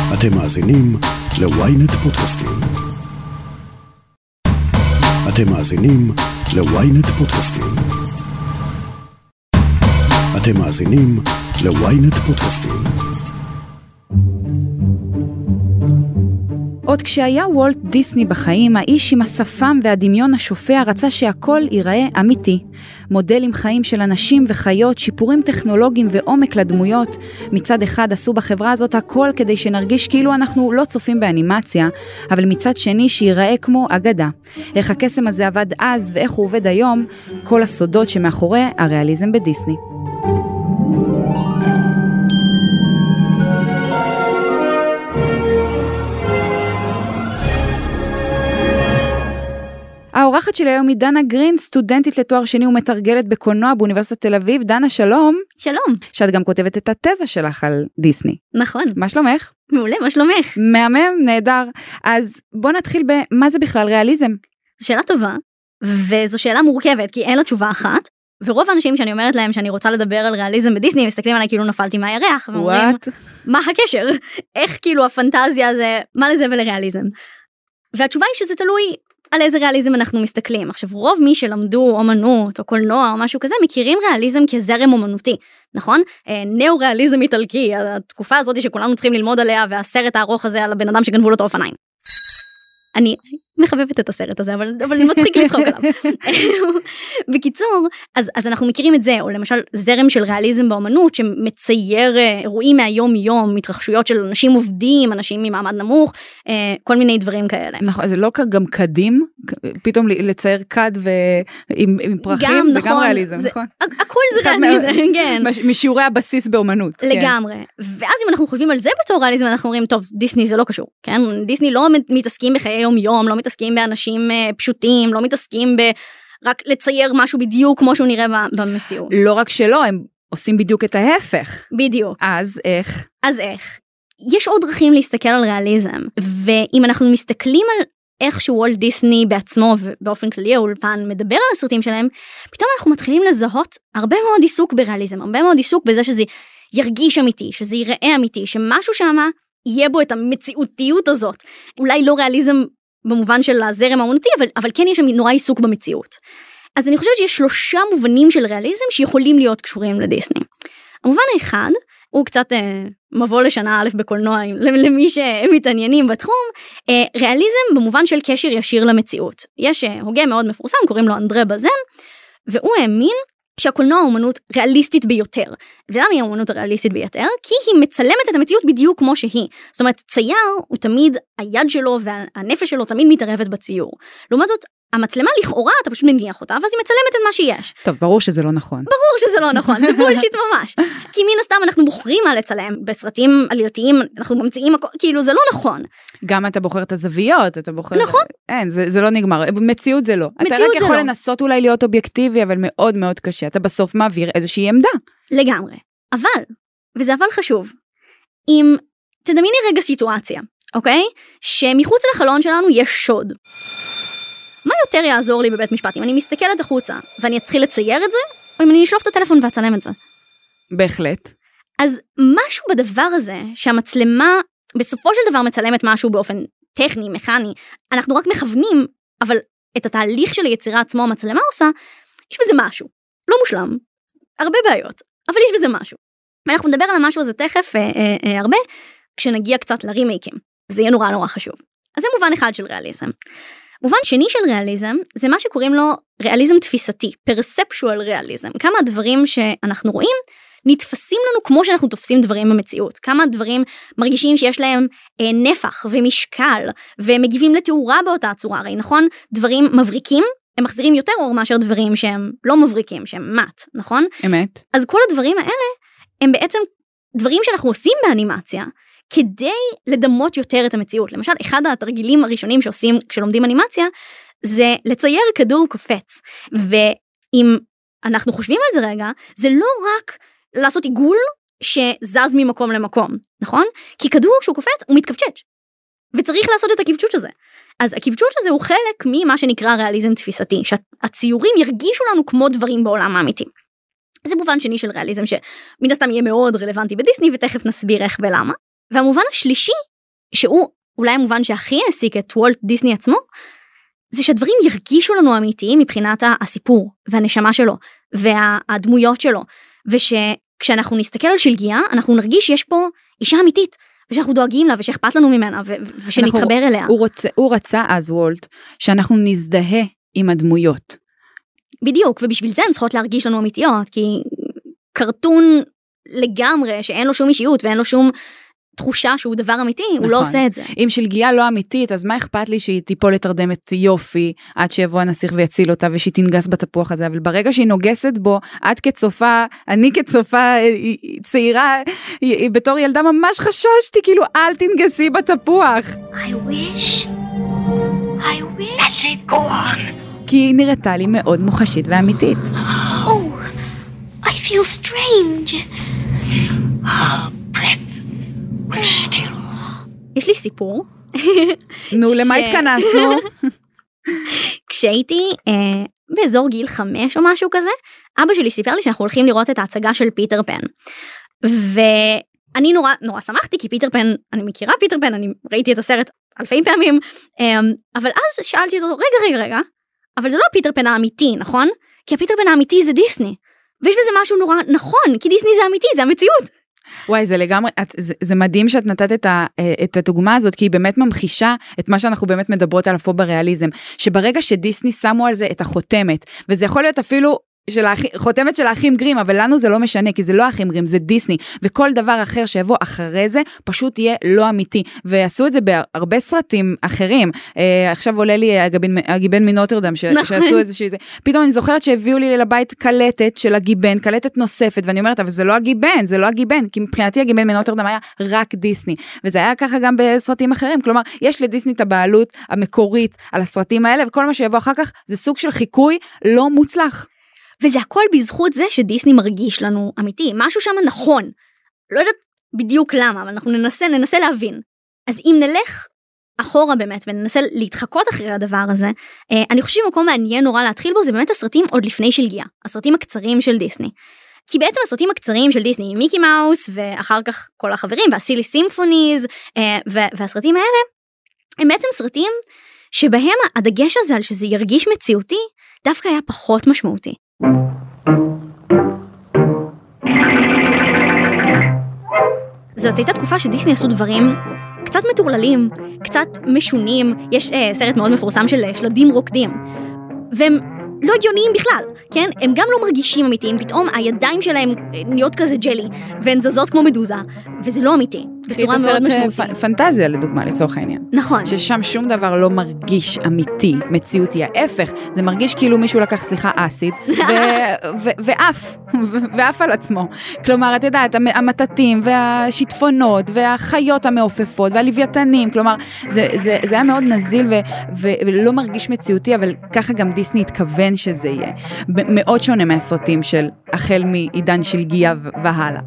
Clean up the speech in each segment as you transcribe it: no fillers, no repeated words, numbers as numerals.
אתם מאזינים ל-ynet פודקאסטים. אתם מאזינים ל-ynet פודקאסטים. אתם מאזינים ל-ynet פודקאסטים. עוד כשהיה וולט דיסני בחיים, האיש עם השפם והדמיון השופע רצה שהכל ייראה אמיתי. מודלים חיים של אנשים וחיות, שיפורים טכנולוגיים ועומק לדמויות. מצד אחד עשו בחברה הזאת הכל כדי שנרגיש כאילו אנחנו לא צופים באנימציה, אבל מצד שני שיראה כמו אגדה. איך הקסם הזה עבד אז ואיך הוא עובד היום, כל הסודות שמאחורי הריאליזם בדיסני. האורחת שלי היום היא דנה גרין, סטודנטית לתואר שני ומתרגלת בקולנוע באוניברסיטת תל אביב. דנה, שלום. שלום. שאת גם כותבת את התזה שלך על דיסני. נכון. מה שלומך? מעולה, מה שלומך? מהמם, נהדר. אז בוא נתחיל במה זה בכלל ריאליזם. זו שאלה טובה, וזו שאלה מורכבת, כי אין לה תשובה אחת, ורוב האנשים שאני אומרת להם שאני רוצה לדבר על ריאליזם בדיסני, מסתכלים עליי כאילו נפלתי מהירח, ואומרים, מה הקשר? איך כאילו הפנטזיה הזה, מה לזה ולריאליזם? והתשובה היא שזה תלוי על איזה ריאליזם אנחנו מסתכלים. עכשיו, רוב מי שלמדו אומנות או קולנוע או משהו כזה, מכירים ריאליזם כזרם אומנותי, נכון? נאו-ריאליזם איטלקי, התקופה הזאת שכולנו צריכים ללמוד עליה, והסרט הארוך הזה על הבן אדם שגנבו לו את האופניים. אני מחבבת את הסרט הזה, אבל מצחיק לצחוק עליו. בקיצור, אז אנחנו מכירים את זה, או למשל זרם של ריאליזם באומנות, שמצייר אירועים מהיום יום, מתרחשויות של אנשים עובדים, אנשים ממעמד נמוך, כל מיני דברים כאלה. נכון, זה לא גם קדים, פתאום לצייר קד עם פרחים, זה גם ריאליזם, נכון? הכל זה ריאליזם, כן. משיעורי הבסיס באומנות. לגמרי. ואז אם אנחנו חושבים על זה בתור ריאליזם, אנחנו אומרים, טוב, דיסני זה לא קשור, כן? דיסני לא מתעסקים בחיי יום יום, לא מתעסקים באנשים פשוטים, לא מתעסקים רק לצייר משהו בדיוק כמו שהוא נראה במציאות. לא רק שלא, הם עושים בדיוק את ההפך. בדיוק. אז איך? יש עוד דרכים להסתכל על ריאליזם, ואם אנחנו מסתכלים על איך שוולט דיסני בעצמו ובאופן כללי האולפן מדבר על הסרטים שלהם, פתאום אנחנו מתחילים לזהות הרבה מאוד עיסוק בריאליזם, הרבה מאוד עיסוק בזה שזה ירגיש אמיתי, שזה ייראה אמיתי, שמשהו שמה יהיה בו את המציאותיות הזאת. אולי לא ריאליזם במובן של הזרם האומנותי, אבל כן יש שם נורא עיסוק במציאות. אז אני חושבת שיש 3 מובנים של ריאליזם שיכולים להיות קשורים לדיסני. המובן האחד, הוא קצת מבוא לשנה א' בקולנוע, למי שמתעניינים בתחום, ריאליזם במובן של קשר ישיר למציאות. יש הוגה מאוד מפורסם, קוראים לו אנדרה בזן, והוא האמין שהקולנוע האומנות ריאליסטית ביותר. ולמה היא האומנות הריאליסטית ביותר? כי היא מצלמת את המציאות בדיוק כמו שהיא. זאת אומרת, צייר הוא תמיד, היד שלו והנפש שלו תמיד מתערבת בציור. לעומת זאת, המצלמה לכאורה, אתה פשוט מניח אותה, ואז היא מצלמת את מה שיש. טוב, ברור שזה לא נכון. ברור שזה לא נכון, זה בולשיט ממש. כי מן הסתם אנחנו בוחרים מה לצלם, בסרטים עלייתיים אנחנו ממציאים, כאילו זה לא נכון. גם אתה בוחר את הזוויות, אתה בוחר... נכון. אין, זה לא נגמר, מציאות זה לא. אתה רק יכול לנסות אולי להיות אובייקטיבי, אבל מאוד מאוד קשה. אתה בסוף מעביר איזושהי עמדה. לגמרי. אבל, וזה אבל חשוב, אם תדמייני רגע סיטואציה, אוקיי? שמחוץ לחלון שלנו יש שוד. מה יותר יעזור לי בבית משפט? אם אני מסתכלת החוצה ואני אתחיל לצייר את זה, או אם אני אשלוף את הטלפון ואצלם את זה? בהחלט. אז משהו בדבר הזה, שהמצלמה בסופו של דבר מצלמת משהו באופן טכני, מכני, אנחנו רק מכוונים, אבל את התהליך של היצירה עצמו המצלמה עושה, יש בזה משהו. לא מושלם, הרבה בעיות, אבל יש בזה משהו. ואנחנו נדבר על המשהו הזה תכף הרבה, כשנגיע קצת לרימייקים. זה יהיה נורא נורא חשוב. אז זה מובן אחד של ריאליזם. מובן שני של ריאליזם, זה מה שקוראים לו ריאליזם תפיסתי, פרספשואל ריאליזם. כמה הדברים שאנחנו רואים נתפסים לנו כמו שאנחנו תופסים דברים במציאות. כמה דברים מרגישים שיש להם נפח ומשקל, ומגיבים לתאורה באותה צורה. הרי נכון, דברים מבריקים, הם מחזירים יותר אור מאשר דברים שהם לא מבריקים, שהם מת, נכון? אמת. אז כל הדברים האלה, הם בעצם דברים שאנחנו עושים באנימציה, כדי לדמות יותר את המציאות. למשל, אחד התרגילים הראשונים שעושים כשלומדים אנימציה, זה לצייר כדור קופץ. ואם אנחנו חושבים על זה רגע, זה לא רק לעשות עיגול שזז ממקום למקום, נכון? כי כדור כשהוא קופץ, הוא מתכווצ'ץ'. וצריך לעשות את הכווצ'ץ' הזה. אז הכווצ'ץ' הזה הוא חלק ממה שנקרא ריאליזם תפיסתי, שהציורים ירגישו לנו כמו דברים בעולם האמיתי. זה מובן שני של ריאליזם שמן הסתם יהיה מאוד רלוונטי בדיסני, ותכף נסביר איך ולמה. והמובן השלישי שהוא אולי המובן שהכי העסיק את וולט דיסני עצמו, זה שהדברים ירגישו לנו אמיתיים מבחינת הסיפור והנשמה שלו והדמויות שלו, ושכשאנחנו נסתכל על שלגיה אנחנו נרגיש שיש פה אישה אמיתית ושאנחנו דואגים לה ושאכפת לנו ממנה ושנתחבר אליה. הוא רצה אז וולט שאנחנו נזדהה עם הדמויות. בדיוק, ובשביל זה הן צריכות להרגיש לנו אמיתיות, כי קרטון לגמרי שאין לו שום אישיות ואין לו שום תחושה שהוא דבר אמיתי, הוא לא עושה את זה. אם שלגיה לא אמיתית, אז מה אכפת לי שהיא תיפול לתרדמת יופי, עד שיבוא הנסיך ויציל אותה, ושהיא תנגס בתפוח הזה, אבל ברגע שהיא נוגסת בו, את כצופה, אני כצופה צעירה, בתור ילדה ממש חששתי, כאילו, אל תנגסי בתפוח. I wish. That's it, go on. כי היא נראתה לי מאוד מוחשית ואמיתית. Oh, I feel strange. Breath. יש לי סיפור. נו, למה התכנסנו? כשהייתי באזור גיל 5 או משהו כזה, אבא שלי סיפר לי שאנחנו הולכים לראות את ההצגה של פיטר פן. ואני נורא שמחתי, כי פיטר פן, אני מכירה פיטר פן, אני ראיתי את הסרט אלפי פעמים, אבל אז שאלתי אותו, רגע, אבל זה לא פיטר פן האמיתי, נכון? כי הפיטר פן האמיתי זה דיסני. ויש בזה משהו נורא נכון, כי דיסני זה אמיתי, זה המציאות. וואי, זה לגמרי, זה מדהים שאת נתת את הדוגמה הזאת, כי היא באמת ממחישה את מה שאנחנו באמת מדברות עליו פה בריאליזם, שברגע שדיסני שמו על זה את החותמת, וזה יכול להיות אפילו חותמת של האחים גרים, אבל לנו זה לא משנה, כי זה לא האחים גרים, זה דיסני, וכל דבר אחר שיבוא אחרי זה, פשוט יהיה לא אמיתי, ועשו את זה בהרבה סרטים אחרים, עכשיו עולה לי הגיבן מנוטרדם, שעשו איזושהי זה, פתאום אני זוכרת שהביאו לי לבית קלטת של הגיבן, קלטת נוספת, ואני אומרת, אבל זה לא הגיבן, כי מבחינתי הגיבן מנוטרדם היה רק דיסני, וזה היה ככה גם בסרטים אחרים, כלומר, יש לדיסני את הבעלות המקורית על הסרטים האלה, וכל מה שיבוא אחר כך, זה סוג של חיקוי לא מוצלח. וזה הכל בזכות זה שדיסני מרגיש לנו אמיתי, משהו שם נכון, לא יודעת בדיוק למה, אבל אנחנו ננסה להבין. אז אם נלך אחורה באמת, וננסה להתחקות אחרי הדבר הזה, אני חושב שמקום מעניין נורא להתחיל בו, זה באמת הסרטים עוד לפני שלגיה, הסרטים הקצרים של דיסני. כי בעצם הסרטים הקצרים של דיסני, מיקי מאוס, ואחר כך כל החברים, והסילי סימפוניז, והסרטים האלה, הם בעצם סרטים שבהם הדגש הזה על שזה ירגיש מציאותי, דווקא היה פחות משמעותי. זאת הייתה תקופה שדיסני עשו דברים קצת מטורללים, קצת משונים. יש סרט מאוד מפורסם של שלדים רוקדים, והם לא הגיוניים בכלל, כן? הם גם לא מרגישים אמיתיים, פתאום הידיים שלהם נהיות כזה ג'לי, והן זזות כמו מדוזה, וזה לא אמיתי, בצורה מאוד משמעותית. פנטזיה לדוגמה, לצורך העניין. נכון. ששם שום דבר לא מרגיש אמיתי, מציאותי, ההפך, זה מרגיש כאילו מישהו לקח אסיד, ואף על עצמו. כלומר, את יודעת, המטטים, והשיטפונות, והחיות המעופפות, והלוויתנים, כלומר, זה היה מאוד נזיל, ולא מרגיש מציאותי, אבל ככה גם דיסני התכוון שזה יהיה. מאוד שונה מהסרטים של החל מעידן שלגיה והלאה.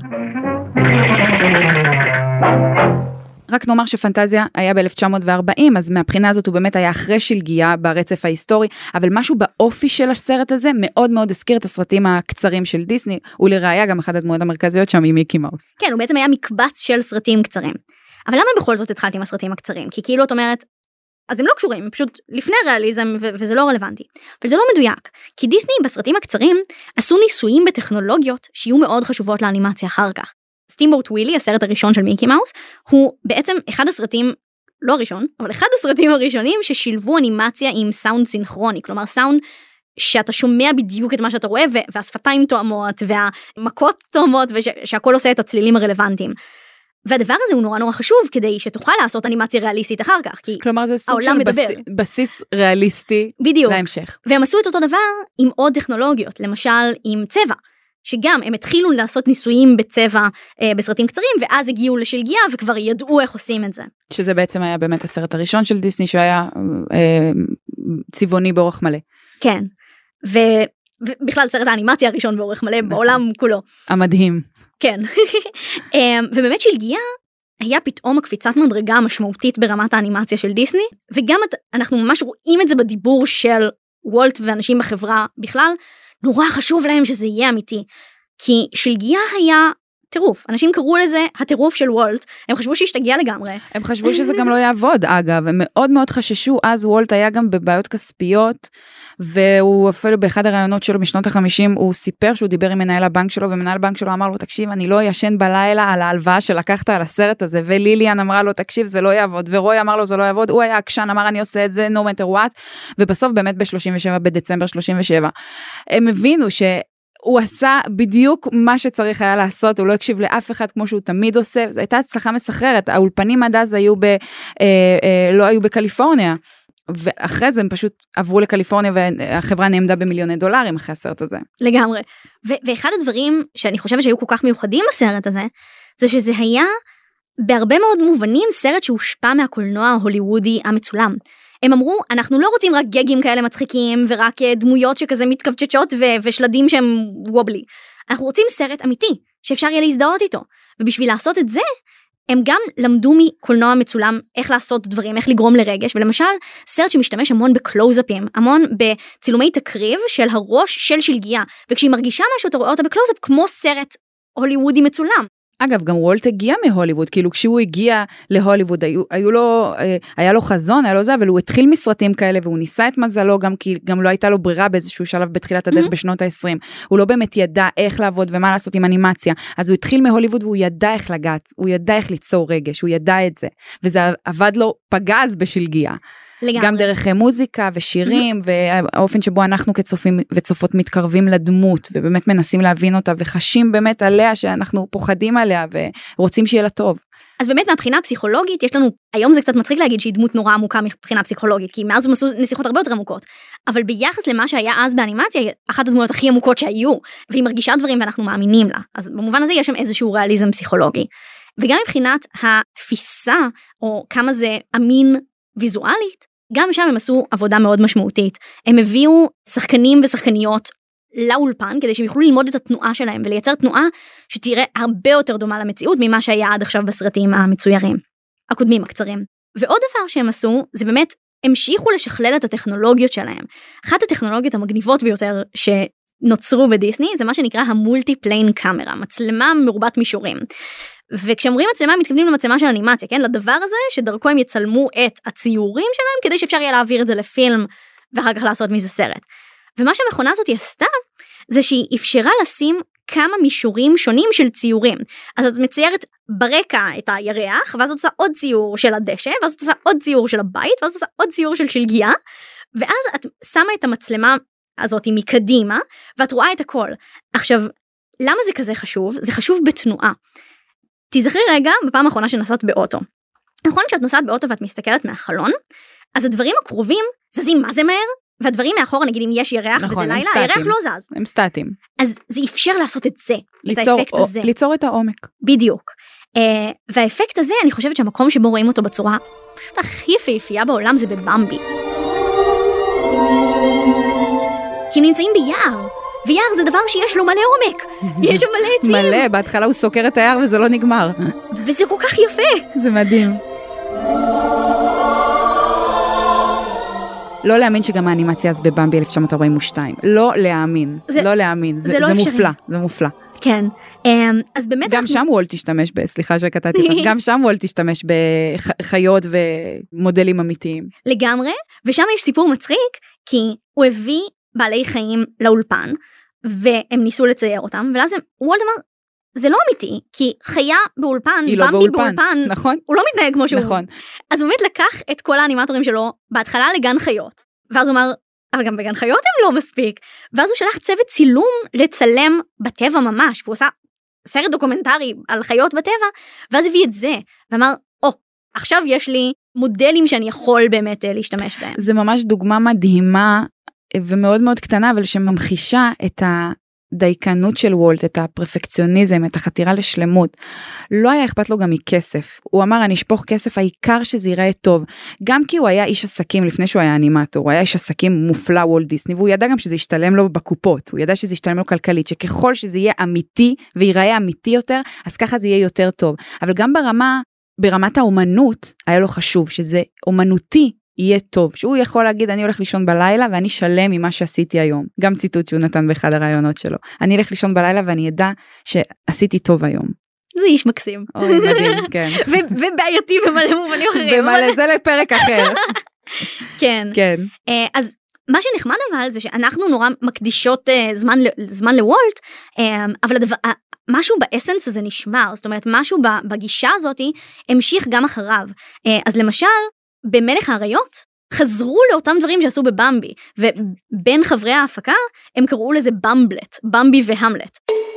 רק נאמר שפנטזיה היה ב-1940, אז מהבחינה הזאת הוא באמת היה אחרי שלגיה ברצף ההיסטורי, אבל משהו באופי של הסרט הזה מאוד מאוד הזכיר את הסרטים הקצרים של דיסני, ולראיה גם אחת הדמויות המרכזיות שם היא מיקי מאוס. כן, הוא בעצם היה מקבץ של סרטים קצרים. אבל למה בכל זאת התחלתי עם הסרטים הקצרים? כי כאילו את אומרת, אז הם לא קשורים, פשוט לפני ריאליזם וזה לא רלוונטי. אבל זה לא מדויק, כי דיסני בסרטים הקצרים עשו ניסויים בטכנולוגיות שיהיו מאוד חשובות לאנימציה אחר כך. סטימבוט ווילי, הסרט הראשון של מיקי מאוס, הוא בעצם אחד הסרטים, לא הראשון, אבל אחד הסרטים הראשונים ששילבו אנימציה עם סאונד סינכרוני, כלומר סאונד שאתה שומע בדיוק את מה שאתה רואה, והשפתיים תואמות, והמכות תואמות, ושהכל עושה את הצלילים הרלוונטיים. והדבר הזה הוא נורא נורא חשוב, כדי שתוכל לעשות אנימציה ריאליסטית אחר כך, כי כלומר זה סוג של בסיס ריאליסטי בדיוק. להמשך. והם עשו את אותו דבר עם עוד טכנולוגיות, למשל עם צבע. שגם הם התחילו לעשות ניסויים בצבע בסרטים קצרים, ואז הגיעו לשלגיה וכבר ידעו איך עושים את זה. שזה בעצם היה באמת הסרט הראשון של דיסני, שהיה צבעוני באורך מלא. כן, ובכלל סרט האנימציה הראשון באורך מלא בעולם כולו. המדהים. כן, ובאמת שלגיה היה פתאום הקפיצת מדרגה משמעותית ברמת האנימציה של דיסני, וגם אנחנו ממש רואים את זה בדיבור של וולט ואנשים בחברה בכלל, נורא חשוב להם שזה יהיה אמיתי, כי שלגיה היה טירוף. אנשים קראו לזה הטירוף של וולט, הם חשבו שהשתגע לגמרי. הם חשבו שזה גם לא יעבוד, אגב, הם מאוד מאוד חששו, אז וולט היה גם בבעיות כספיות, והוא אפילו באחד הרעיונות שלו בשנות ה-50, הוא סיפר שהוא דיבר עם מנהל הבנק שלו, ומנהל הבנק שלו אמר לו, תקשיב, אני לא ישן בלילה על ההלוואה שלקחת על הסרט הזה, וליליאן אמרה לו, תקשיב, זה לא יעבוד, ורוי אמר לו, זה לא יעבוד, הוא היה עקשן, אמר, אני עושה את זה, no matter what, ובסוף באמת בדצמבר 37, הם הבינו הוא עשה בדיוק מה שצריך היה לעשות, הוא לא הקשיב לאף אחד כמו שהוא תמיד עושה, הייתה הצלחה מסחררת, האולפנים עד אז לא היו בקליפורניה, ואחרי זה הם פשוט עברו לקליפורניה, והחברה נעמדה במיליוני דולרים אחרי הסרט הזה. לגמרי. ואחד הדברים שאני חושבת שהיו כל כך מיוחדים בסרט הזה, זה שזה היה בהרבה מאוד מובנים סרט שהושפע מהקולנוע ההוליוודי המצולם. הם אמרו, אנחנו לא רוצים רק גגים כאלה מצחיקים, ורק דמויות שכזה מתכווצ'צ'ות ושלדים שהם וובלי. אנחנו רוצים סרט אמיתי, שאפשר יהיה להזדהות איתו. ובשביל לעשות את זה, הם גם למדו מקולנוע מצולם איך לעשות דברים, איך לגרום לרגש, ולמשל, סרט שמשתמש המון בקלוזאפים, המון בצילומי תקריב של הראש של שלגיה, וכשהיא מרגישה משהו, אתה רואה אותה בקלוזאפ, כמו סרט הוליוודי מצולם. אגב, גם וולט הגיע מהוליווד, כאילו כשהוא הגיע להוליווד, היה לו חזון, היה לו זה, אבל הוא התחיל מסרטים כאלה, והוא ניסה את מזלו, גם כי גם לא הייתה לו ברירה באיזשהו שלב בתחילת הדרך בשנות ה-20. הוא לא באמת ידע איך לעבוד ומה לעשות עם אנימציה, אז הוא התחיל מהוליווד והוא ידע איך לגעת, הוא ידע איך ליצור רגש, הוא ידע את זה, וזה עבד לו פגז בשלגיה. לגמרי. גם דרך מוזיקה ושירים, והאופן שבו אנחנו כצופים וצופות מתקרבים לדמות, ובאמת מנסים להבין אותה, וחשים באמת עליה שאנחנו פוחדים עליה, ורוצים שיהיה לה טוב. אז באמת מהבחינה הפסיכולוגית, יש לנו, היום זה קצת מצחיק להגיד שהיא דמות נורא עמוקה מבחינה פסיכולוגית, כי מאז הם עשו נסיכות הרבה יותר עמוקות, אבל ביחס למה שהיה אז באנימציה, אחת הדמויות הכי עמוקות שהיו, והיא מרגישה דברים ואנחנו מאמינים לה, אז במובן הזה יש שם איזשהו ריאליזם פסיכולוגי. וגם מבחינת התפיסה, או כמה זה אמין ויזואלית, גם שם הם עשו עבודה מאוד משמעותית. הם הביאו שחקנים ושחקניות לאולפן, כדי שהם יוכלו ללמוד את התנועה שלהם, ולייצר תנועה שתראה הרבה יותר דומה למציאות, ממה שהיה עד עכשיו בסרטים המצוירים, הקודמים, הקצרים. ועוד דבר שהם עשו, זה באמת, המשיכו לשכלל את הטכנולוגיות שלהם. אחת הטכנולוגיות המגניבות ביותר שנוצרו בדיסני, זה מה שנקרא המולטי-פליין קאמרה, מצלמה מרובת מישורים. וכשאומרים מצלמה, מתכוונים למצלמה של אנימציה, כן? לדבר הזה שדרכו הם יצלמו את הציורים שלהם, כדי שאפשר יהיה להעביר את זה לפילם, ואחר כך לעשות מזה סרט. ומה שהמכונה הזאת עשתה, זה שהיא אפשרה לשים כמה מישורים שונים של ציורים. אז את מציירת ברקע את הירח, ואז את עושה עוד ציור של הדשא, ואז את עושה עוד ציור של הבית, ואז את עושה עוד ציור של שלגיה, ואז את שמה את המצלמה הזאת מקדימה, ואת רואה את הכל. עכשיו, למה זה כזה חשוב? זה חשוב בתנועה. תזכרי רגע בפעם האחרונה שנסעת באוטו. נכון שאת נוסעת באוטו ואת מסתכלת מהחלון, אז הדברים הקרובים זזים מה זה מהר, והדברים מאחור, נגיד אם יש ירח וזה לילה, הירח לא זז. הם סטטיים. אז זה אפשר לעשות את זה, את האפקט הזה. ליצור את העומק. בדיוק. והאפקט הזה, אני חושבת שהמקום שבו רואים אותו בצורה פשוט הכי יפהפייה בעולם זה בבמבי. כי הם נמצאים ביער. ויער זה דבר שיש לו מלא עומק, יש שם מלא עצים. מלא, בהתחלה הוא סוקר את היער וזה לא נגמר. וזה כל כך יפה. זה מדהים. לא להאמין שגם האנימציה אז בבמבי 1942. לא להאמין, לא להאמין. זה מופלא, זה מופלא. כן, אז באמת... גם שם וולט תשתמש סליחה שקטעתי אותך, גם שם וולט תשתמש בחיות ומודלים אמיתיים. לגמרי, ושם יש סיפור מצחיק, כי הוא הביא בעלי חיים לאולפן, והם ניסו לצייר אותם, ואז וולט אמר, זה לא אמיתי, כי חיה באולפן, במבי באולפן, נכון. הוא לא מתנהג כמו שהוא. נכון. אז הוא באמת לקח את כל האנימטורים שלו, בהתחלה לגן חיות, ואז הוא אמר, אבל גם בגן חיות הם לא מספיק, ואז הוא שלח צוות צילום לצלם בטבע ממש, והוא עושה סרט דוקומנטרי על חיות בטבע, ואז הביא את זה, ואמר, עכשיו יש לי מודלים שאני יכול באמת להשתמש בהם. זה ממש דוגמה מדהימה, ומאוד מאוד קטנה, אבל שממחישה את הדייקנות של וולט, את הפרפקציוניזם, את החתירה לשלמות. לא היה אכפת לו גם מכסף. הוא אמר, אני אשפוך כסף, העיקר שזה ייראה טוב. גם כי הוא היה איש עסקים לפני שהוא היה אנימטור, הוא היה איש עסקים מופלא וולט דיסני, והוא ידע גם שזה ישתלם לו בקופות, הוא ידע שזה ישתלם לו כלכלית, שככל שזה יהיה אמיתי, ויראה אמיתי יותר, אז ככה זה יהיה יותר טוב. אבל גם ברמת האומנות, היה לו חשוב שזה אומנותי, יהיה טוב, שהוא יכול להגיד, אני הולך לישון בלילה, ואני שלם ממה שעשיתי היום. גם ציטוט שהוא נתן באחד הרעיונות שלו. אני הולך לישון בלילה, ואני ידע שעשיתי טוב היום. זה איש מקסים. אוי, מדהים, כן. ובעייתי במלא מובנים אחרים. זה לפרק אחר. כן. כן. אז מה שנחמד אבל זה שאנחנו נורא מקדישות זמן לוולט, אבל משהו באסנס הזה נשמר, זאת אומרת משהו בגישה הזאת המשיך גם אחריו. אז למשל, במלך האריות חזרו לאותם דברים שעשו בבמבי, ובין חברי ההפקה הם קראו לזה במבלט, במבי והמלט.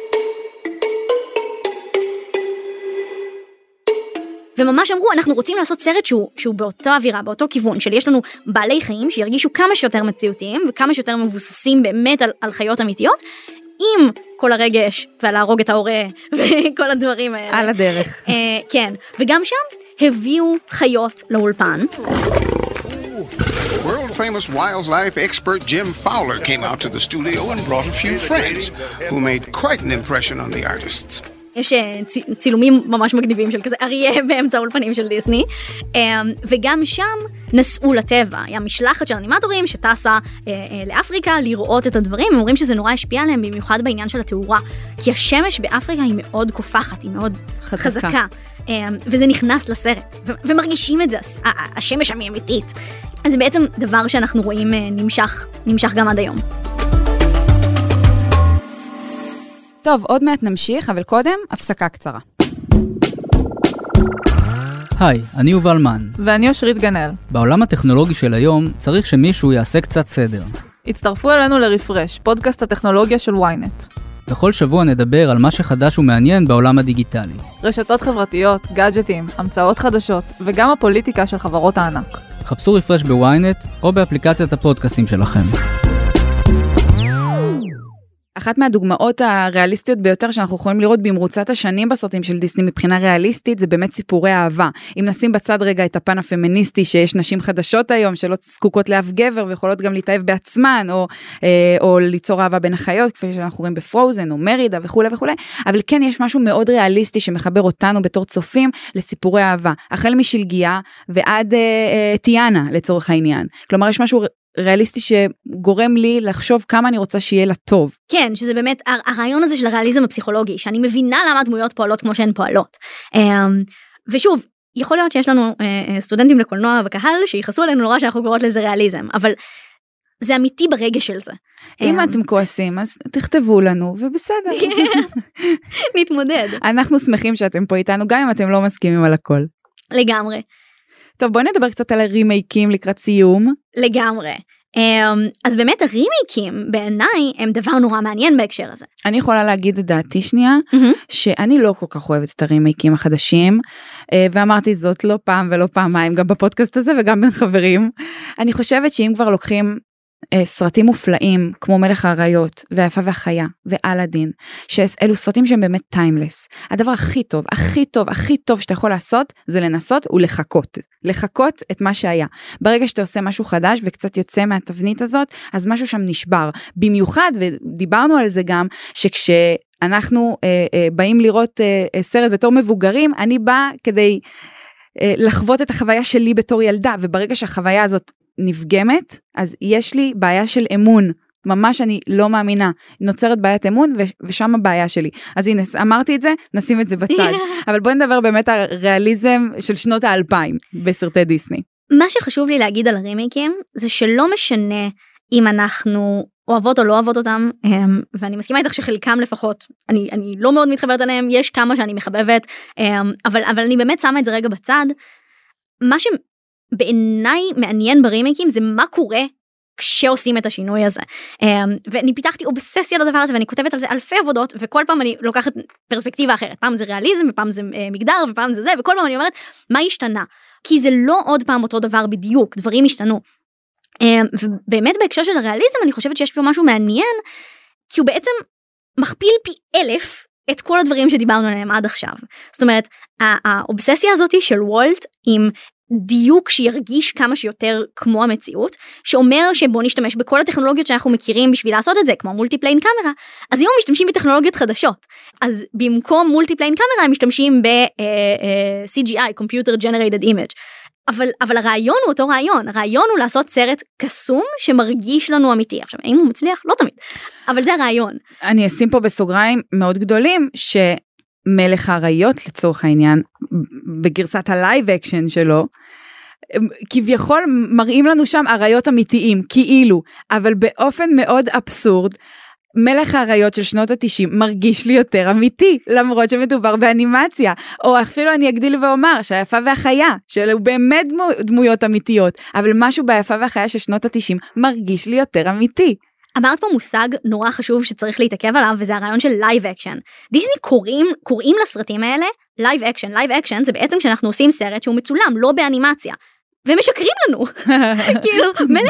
וממש אמרו, אנחנו רוצים לעשות סרט שהוא באותו אווירה, באותו כיוון, של יש לנו בעלי חיים שירגישו כמה שיותר מציאותיים, וכמה שיותר מבוססים באמת על חיות אמיתיות, עם כל הרגש, ולהרוג את ההורה, וכל הדברים האלה. על הדרך. כן, וגם שם הביאו חיות לאולפן. World famous wildlife expert Jim Fowler came out to the studio and brought a few friends who made quite an impression on the artists. יש צילומים ממש מגניבים של כזה אריה באמצע האולפנים של דיסני, וגם שם נסעו לטבע, היה משלחת של אנימטורים שטסה לאפריקה לראות את הדברים, הם אומרים שזה נורא השפיע עליהם במיוחד בעניין של התאורה, כי השמש באפריקה היא מאוד קופחת, היא מאוד חזקה, וזה נכנס לסרט, ומרגישים את זה, השמש אמיתית, אז זה בעצם דבר שאנחנו רואים נמשך גם עד היום. טוב, עוד מעט נמשיך, אבל קודם, הפסקה קצרה. היי, אני יובל מן. ואני אושרית גנאל. בעולם הטכנולוגי של היום צריך שמישהו יעשה קצת סדר. הצטרפו אלינו לרפרש, פודקאסט הטכנולוגיה של ynet. בכל שבוע נדבר על מה שחדש ומעניין בעולם הדיגיטלי. רשתות חברתיות, גאדג'טים, המצאות חדשות, וגם הפוליטיקה של חברות הענק. חפשו רפרש בוויינט או באפליקציית הפודקאסטים שלכם. אחת מהדוגמאות הריאליסטיות ביותר שאנחנו יכולים לראות במרוצת השנים בסרטים של דיסני מבחינה ריאליסטית, זה באמת סיפורי אהבה. אם נשים בצד רגע את הפן הפמיניסטי, שיש נשים חדשות היום שלא זקוקות לאף גבר, ויכולות גם להתאהב בעצמן, או ליצור אהבה בין החיות, כפי שאנחנו רואים בפרוזן, או מרידה וכו' וכו'. אבל כן יש משהו מאוד ריאליסטי שמחבר אותנו בתור צופים לסיפורי אהבה. החל משלגיה ועד טיאנה לצורך העניין. כלומר יש משהו ריאליסטי שגורם לי לחשוב כמה אני רוצה שיהיה לה טוב. כן, שזה באמת הרעיון הזה של הריאליזם הפסיכולוגי, שאני מבינה למה הדמויות פועלות כמו שהן פועלות. ושוב, יכול להיות שיש לנו סטודנטים לקולנוע בקהל שיחסו עלינו נורא שאנחנו קוראות לזה ריאליזם, אבל זה אמיתי ברגש של זה. אם אתם כועסים, אז תכתבו לנו, ובסדר. נתמודד. אנחנו שמחים שאתם פה איתנו, גם אם אתם לא מסכימים על הכל. לגמרי. טוב, בואי נדבר קצת על הרימייקים לקראת סיום. לגמרי. אז באמת הרימייקים בעיניי הם דבר נורא מעניין בהקשר הזה. אני יכולה להגיד את דעתי שנייה, שאני לא כל כך אוהבת את הרימייקים החדשים, ואמרתי זאת לא פעם ולא פעמיים, גם בפודקאסט הזה וגם בין חברים. אני חושבת שאם כבר לוקחים סרטים מופלאים כמו מלך האריות והיפה והחיה ואלאדין, שאלו סרטים שהם באמת טיימלס. הדבר הכי טוב שאתה יכול לעשות זה לנסות לחכות את מה שהיה. ברגע שאתה עושה משהו חדש וקצת יוצא מהתבנית הזאת, אז משהו שם נשבר. במיוחד, ודיברנו על זה גם, שכשאנחנו באים לראות סרט בתור מבוגרים, אני באה כדי לחוות את החוויה שלי בתור ילדה, וברגע שהחוויה הזאת נפגמת, אז יש לי בעיה של אמון, ממש אני לא מאמינה, נוצרת בעיית אמון ושם הבעיה שלי. אז הנה, אמרתי את זה, נשים את זה בצד. אבל בואי נדבר באמת על ריאליזם של שנות ה-2000 בסרטי דיסני. מה שחשוב לי להגיד על הרימייקים, זה שלא משנה אם אנחנו אוהבות או לא אוהבות אותם, ואני מסכימה איתך שחלקם לפחות, אני לא מאוד מתחברת עליהם, יש כמה שאני מחבבת, אבל אני באמת שמה את זה רגע בצד. מה שבעיניי מעניין ברימייקים זה מה קורה כשעושים את השינוי הזה. ואני פיתחתי אובססיה לדבר הזה, ואני כותבת על זה אלפי עבודות, וכל פעם אני לוקחת פרספקטיבה אחרת. פעם זה ריאליזם, ופעם זה מגדר, ופעם זה זה, וכל פעם אני אומרת, מה השתנה? כי זה לא עוד פעם אותו דבר בדיוק, דברים השתנו. ובאמת בהקשר של הריאליזם, אני חושבת שיש פה משהו מעניין, כי הוא בעצם מכפיל פי 1000 את כל הדברים שדיברנו עליהם עד עכשיו. זאת אומרת, האובססיה הזאת של וולט עם דיוק שירגיש כמה שיותר כמו המציאות, שאומר שבוא נשתמש בכל הטכנולוגיות שאנחנו מכירים בשביל לעשות את זה, כמו מולטיפליין קאמרה, אז היום משתמשים בטכנולוגיות חדשות, אז במקום מולטיפליין קאמרה הם משתמשים ב-CGI, Computer Generated Image, אבל הרעיון הוא אותו רעיון, הרעיון הוא לעשות סרט קסום שמרגיש לנו אמיתי. עכשיו, האם הוא מצליח? לא תמיד, אבל זה הרעיון. אני אשים פה בסוגריים מאוד גדולים, מלך האריות לצורך העניין, בגרסת הלייב אקשן שלו, כביכול מראים לנו שם אריות אמיתיים, כאילו, אבל באופן מאוד אבסורד, מלך האריות של שנות ה-90 מרגיש לי יותר אמיתי, למרות שמדובר באנימציה, או אפילו אני אגדיל ואומר שהיפה והחיה, שאלו באמת דמויות אמיתיות, אבל משהו ביפה והחיה של שנות ה-90 מרגיש לי יותר אמיתי. אמרת פה מושג נורא חשוב שצריך להתעכב עליו, וזה הרעיון של לייב אקשן. דיסני קוראים לסרטים האלה לייב אקשן. לייב אקשן זה בעצם כשאנחנו עושים סרט שהוא מצולם, לא באנימציה. ומשקרים לנו. כאילו,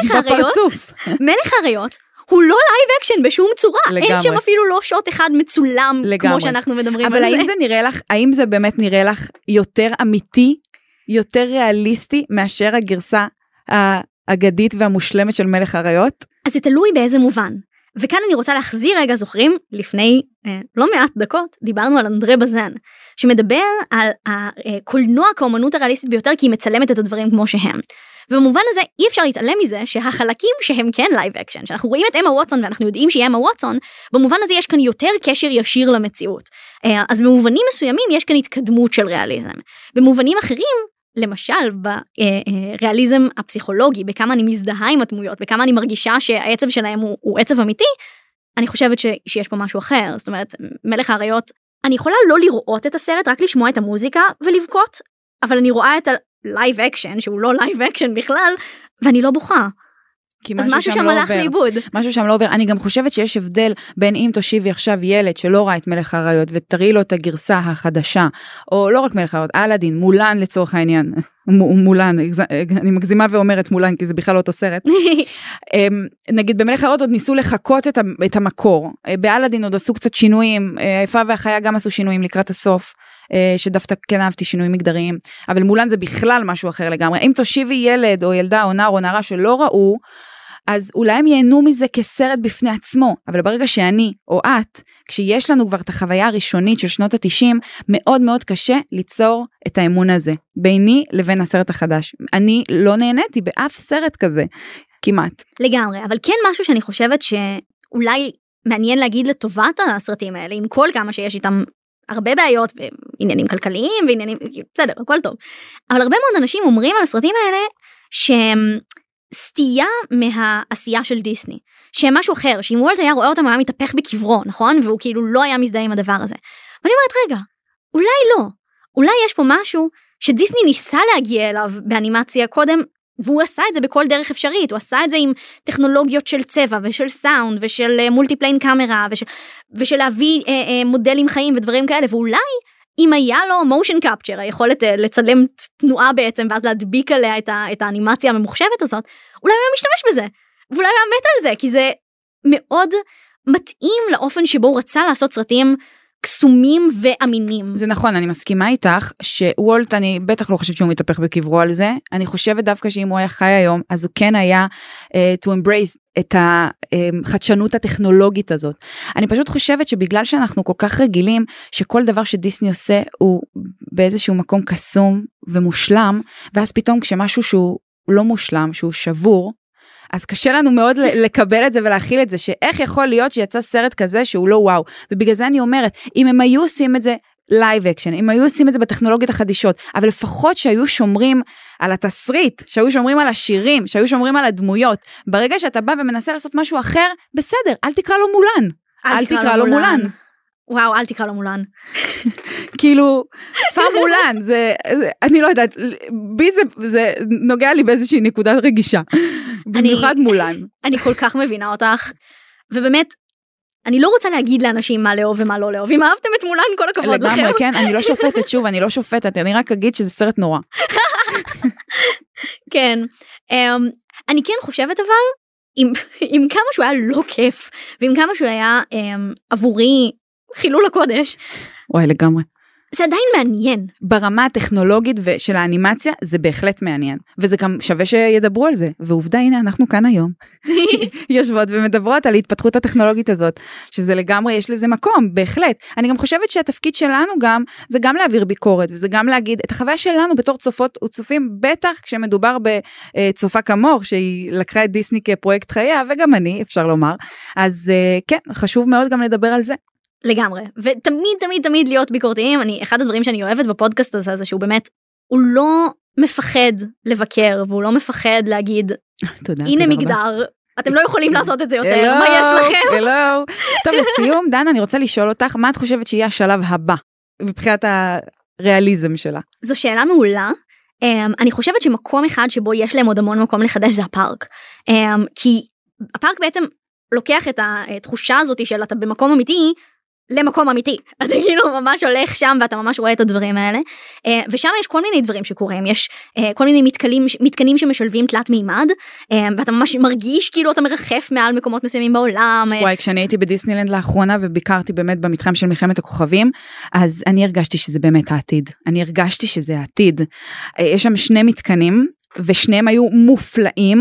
מלך האריות הוא לא לייב אקשן בשום צורה. לגמרי. אין שם אפילו לא שוט אחד מצולם, לגמרי. כמו שאנחנו מדברים על זה. אבל האם זה באמת נראה לך יותר אמיתי, יותר ריאליסטי, מאשר הגרסה האגדית והמושלמת של מלך האריות? אז זה תלוי באיזה מובן. וכאן אני רוצה להחזיר רגע, זוכרים, לפני לא מעט דקות, דיברנו על אנדרה בזן, שמדבר על הקולנוע כאומנות הריאליסטית ביותר, כי היא מצלמת את הדברים כמו שהם. ובמובן הזה אי אפשר להתעלם מזה שהחלקים שהם כן לייב אקשן, שאנחנו רואים את אמה ווטסון ואנחנו יודעים שהיא אמה ווטסון, במובן הזה יש כאן יותר קשר ישיר למציאות. אז במובנים מסוימים יש כאן התקדמות של ריאליזם. במובנים אחרים, למשל בריאליזם הפסיכולוגי, בכמה אני מזדהה עם הדמויות, בכמה אני מרגישה שהעצב שלהם הוא עצב אמיתי, אני חושבת שיש פה משהו אחר. זאת אומרת, מלך האריות, אני יכולה לא לראות את הסרט, רק לשמוע את המוזיקה ולבכות, אבל אני רואה את הלייב אקשן, שהוא לא לייב אקשן בכלל, ואני לא בוכה. אז משהו שם הלך לאיבוד. משהו שם לא עובר. אני גם חושבת שיש הבדל בין אם תושיבי עכשיו ילד שלא ראה את מלך האריות ותראי לו את הגרסה החדשה, או לא רק מלך האריות, אלאדין, מולן לצורך העניין, מולן, אני מגזימה ואומרת מולן כי זה בכלל לא אותו סרט. נגיד במלך האריות עוד ניסו לחכות את המקור, באלאדין עוד עשו קצת שינויים, היפה והחיה גם עשו שינויים לקראת הסוף, שדווקא כן אהבתי שינויים מגדריים, אבל מולן זה בכלל משהו אחר לגמרי. אם תושיבי ילד או ילדה או נער או נערה שלא ראו, אז אולי הם ייהנו מזה כסרט בפני עצמו, אבל ברגע שאני או את, כשיש לנו כבר את החוויה הראשונית של שנות ה-90, מאוד מאוד קשה ליצור את האמון הזה, ביני לבין הסרט החדש. אני לא נהניתי באף סרט כזה, כמעט. לגמרי, אבל כן משהו שאני חושבת שאולי מעניין להגיד לטובת הסרטים האלה, עם כל כמה שיש איתם הרבה בעיות, ועניינים כלכליים, ועניינים, בסדר, הכל טוב. אבל הרבה מאוד אנשים אומרים על הסרטים האלה, שהם סטייה מהעשייה של דיסני, שהם משהו אחר, שאם וולט היה רואה אותם, הוא היה מתהפך בקברו, נכון? והוא כאילו לא היה מזדהה עם הדבר הזה. ואני אומרת, רגע, אולי לא. אולי יש פה משהו שדיסני ניסה להגיע אליו באנימציה קודם, והוא עשה את זה בכל דרך אפשרית, הוא עשה את זה עם טכנולוגיות של צבע ושל סאונד ושל מולטיפליין קאמרה ושל להביא מודלים חיים ודברים כאלה, ואולי אם היה לו מושן קפצ'ר, היכולת לצלם תנועה בעצם ואז להדביק עליה את האנימציה הממוחשבת הזאת, אולי הוא היה משתמש בזה, ואולי הוא היה מת על זה, כי זה מאוד מתאים לאופן שבו הוא רצה לעשות סרטים קסומים ואמינים. זה נכון, אני מסכימה איתך, שוולט, אני בטח לא חושבת שהוא מתהפך בקברו על זה, אני חושבת דווקא שאם הוא היה חי היום, אז הוא כן היה to embrace את החדשנות הטכנולוגית הזאת. אני פשוט חושבת שבגלל שאנחנו כל כך רגילים, שכל דבר שדיסני עושה, הוא באיזשהו מקום קסום ומושלם, ואז פתאום כשמשהו שהוא לא מושלם, שהוא שבור, אז קשה לנו מאוד לקבל את זה ולהכיל את זה, שאיך יכול להיות שיצא סרט כזה שהוא לא וואו, ובגלל זה אני אומרת, אם הם היו עושים את זה לייב אקשן, אם היו עושים את זה בטכנולוגיות החדישות, אבל לפחות שהיו שומרים על התסריט, שהיו שומרים על השירים, שהיו שומרים על הדמויות, ברגע שאתה בא ומנסה לעשות משהו אחר, בסדר, אל תקרא לו מולן, אל תקרא לו מולן. וואו, אל תקרא לו מולן. כאילו, מולן, אני לא יודעת, בי זה נוגע לי באיזושהי נקודת רגישה, במיוחד מולן. אני כל כך מבינה אותך, ובאמת, אני לא רוצה להגיד לאנשים מה לאהוב ומה לא לאהוב, אם אהבתם את מולן, כל הכבוד לכם. לגמרי, כן, אני לא שופטת, שוב, אני לא שופטת, אני רק אגיד שזה סרט נורא. כן, אני כן חושבת אבל, עם כמה שהוא היה לא כיף, ועם כמה שהוא היה עבורי, חילול הקודש. וואי, לגמרי. זה עדיין מעניין. ברמה הטכנולוגית של האנימציה, זה בהחלט מעניין. וזה גם שווה שידברו על זה. ועובדה, הנה, אנחנו כאן היום. יושבות ומדברות על ההתפתחות הטכנולוגית הזאת. שזה לגמרי, יש לזה מקום, בהחלט. אני גם חושבת שהתפקיד שלנו גם, זה גם להעביר ביקורת, וזה גם להגיד, את החוויה שלנו בתור צופות וצופים, בטח כשמדובר בצופה כמור, שהיא לקחה את דיסני כפרויקט חייה, וגם אני, אפשר לומר. אז כן, חשוב מאוד גם לדבר על זה. לגמרי, ותמיד תמיד תמיד להיות ביקורתיים. אחד הדברים שאני אוהבת בפודקאסט הזה, זה שהוא באמת, הוא לא מפחד לבקר, והוא לא מפחד להגיד, הנה מגדר, אתם לא יכולים לעשות את זה יותר, מה יש לכם? טוב, לסיום, דנה, אני רוצה לשאול אותך, מה את חושבת שיהיה השלב הבא, מבחינת הריאליזם שלה? זו שאלה מעולה. אני חושבת שמקום אחד שבו יש להם עוד המון מקום לחדש זה הפארק. כי הפארק בעצם לוקח את התחושה הזאת של אתה במקום אמיתי, למקום אמיתי. אתה כאילו ממש הולך שם ואתה ממש רואה את הדברים האלה. ושם יש כל מיני דברים שקורים. יש כל מיני מתקנים שמשלבים תלת מימד, ואתה ממש מרגיש כאילו אתה מרחף מעל מקומות מסוימים בעולם. וואי, כשאני הייתי בדיסנילנד לאחרונה וביקרתי באמת במתחם של מלחמת הכוכבים, אז אני הרגשתי שזה באמת העתיד. אני הרגשתי שזה העתיד. יש שם 2 מתקנים, ושניהם היו מופלאים,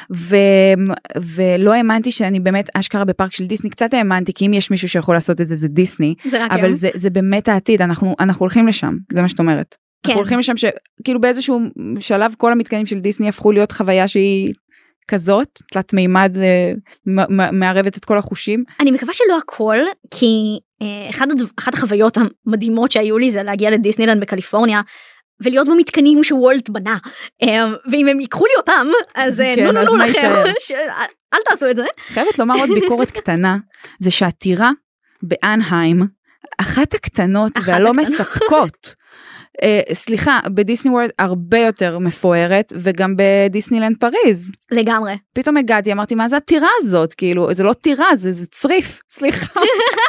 ולא האמנתי שאני באמת אשכרה בפארק של דיסני, קצת האמנתי, כי אם יש מישהו שיכול לעשות את זה, זה דיסני, אבל זה באמת העתיד, אנחנו הולכים לשם, זה מה שאת אומרת. אנחנו הולכים לשם שכאילו באיזשהו שלב, כל המתקנים של דיסני הפכו להיות חוויה שהיא כזאת, תלת מימד, מערבת את כל החושים. אני מקווה שלא הכל, כי אחת החוויות המדהימות שהיו לי, זה להגיע לדיסנילנד בקליפורניה, ולהיות במתקנים שוולט בנה, ואם הם ייקחו לי אותם, אז נו לכם, אל תעשו את זה. חייבת לומר עוד ביקורת קטנה, זה שהטירה באנהיים, אחת הקטנות והלא מספקות, סליחה, בדיסני וורד הרבה יותר מפוארת, וגם בדיסנילנד פריז. לגמרי. פתאום הגעתי, אמרתי, מה זה הטירה הזאת? כאילו, זה לא טירה, זה צריף, סליחה.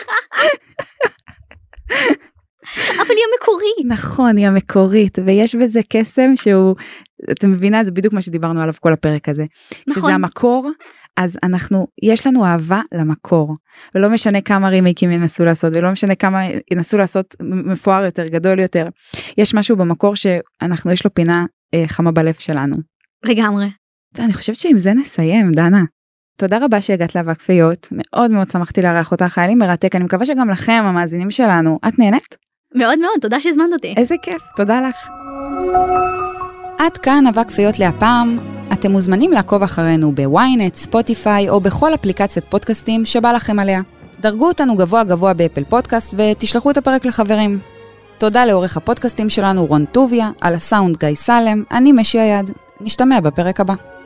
אבל היא המקורית. נכון, היא המקורית, ויש בזה קסם שהוא, אתה מבינה, זה בדיוק מה שדיברנו עליו כל הפרק הזה. נכון. שזה המקור, אז יש לנו אהבה למקור, ולא משנה כמה רימייקים ינסו לעשות, ולא משנה כמה ינסו לעשות מפואר יותר, גדול יותר. יש משהו במקור יש לו פינה חמה בלב שלנו. לגמרי. אני חושבת שעם זה נסיים, דנה. תודה רבה שהגעת לאבק פיות, מאוד מאוד שמחתי לארח אותך, היה לי מרתק, אני מקווה שגם לכם, המאזינים שלנו, את נהנית? מאוד מאוד, תודה שהזמנת אותי. איזה כיף, תודה לך. עד כאן אבק פיות להפעם, אתם מוזמנים לעקוב אחרינו בוויינט, ספוטיפיי או בכל אפליקציית פודקאסטים שבא לכם עליה. דרגו אותנו גבוה גבוה באפל פודקאסט ותשלחו את הפרק לחברים. תודה לעורך הפודקאסטים שלנו רון טוביה, על הסאונד גיא סלם, אני משי היד. נשתמע בפרק הבא.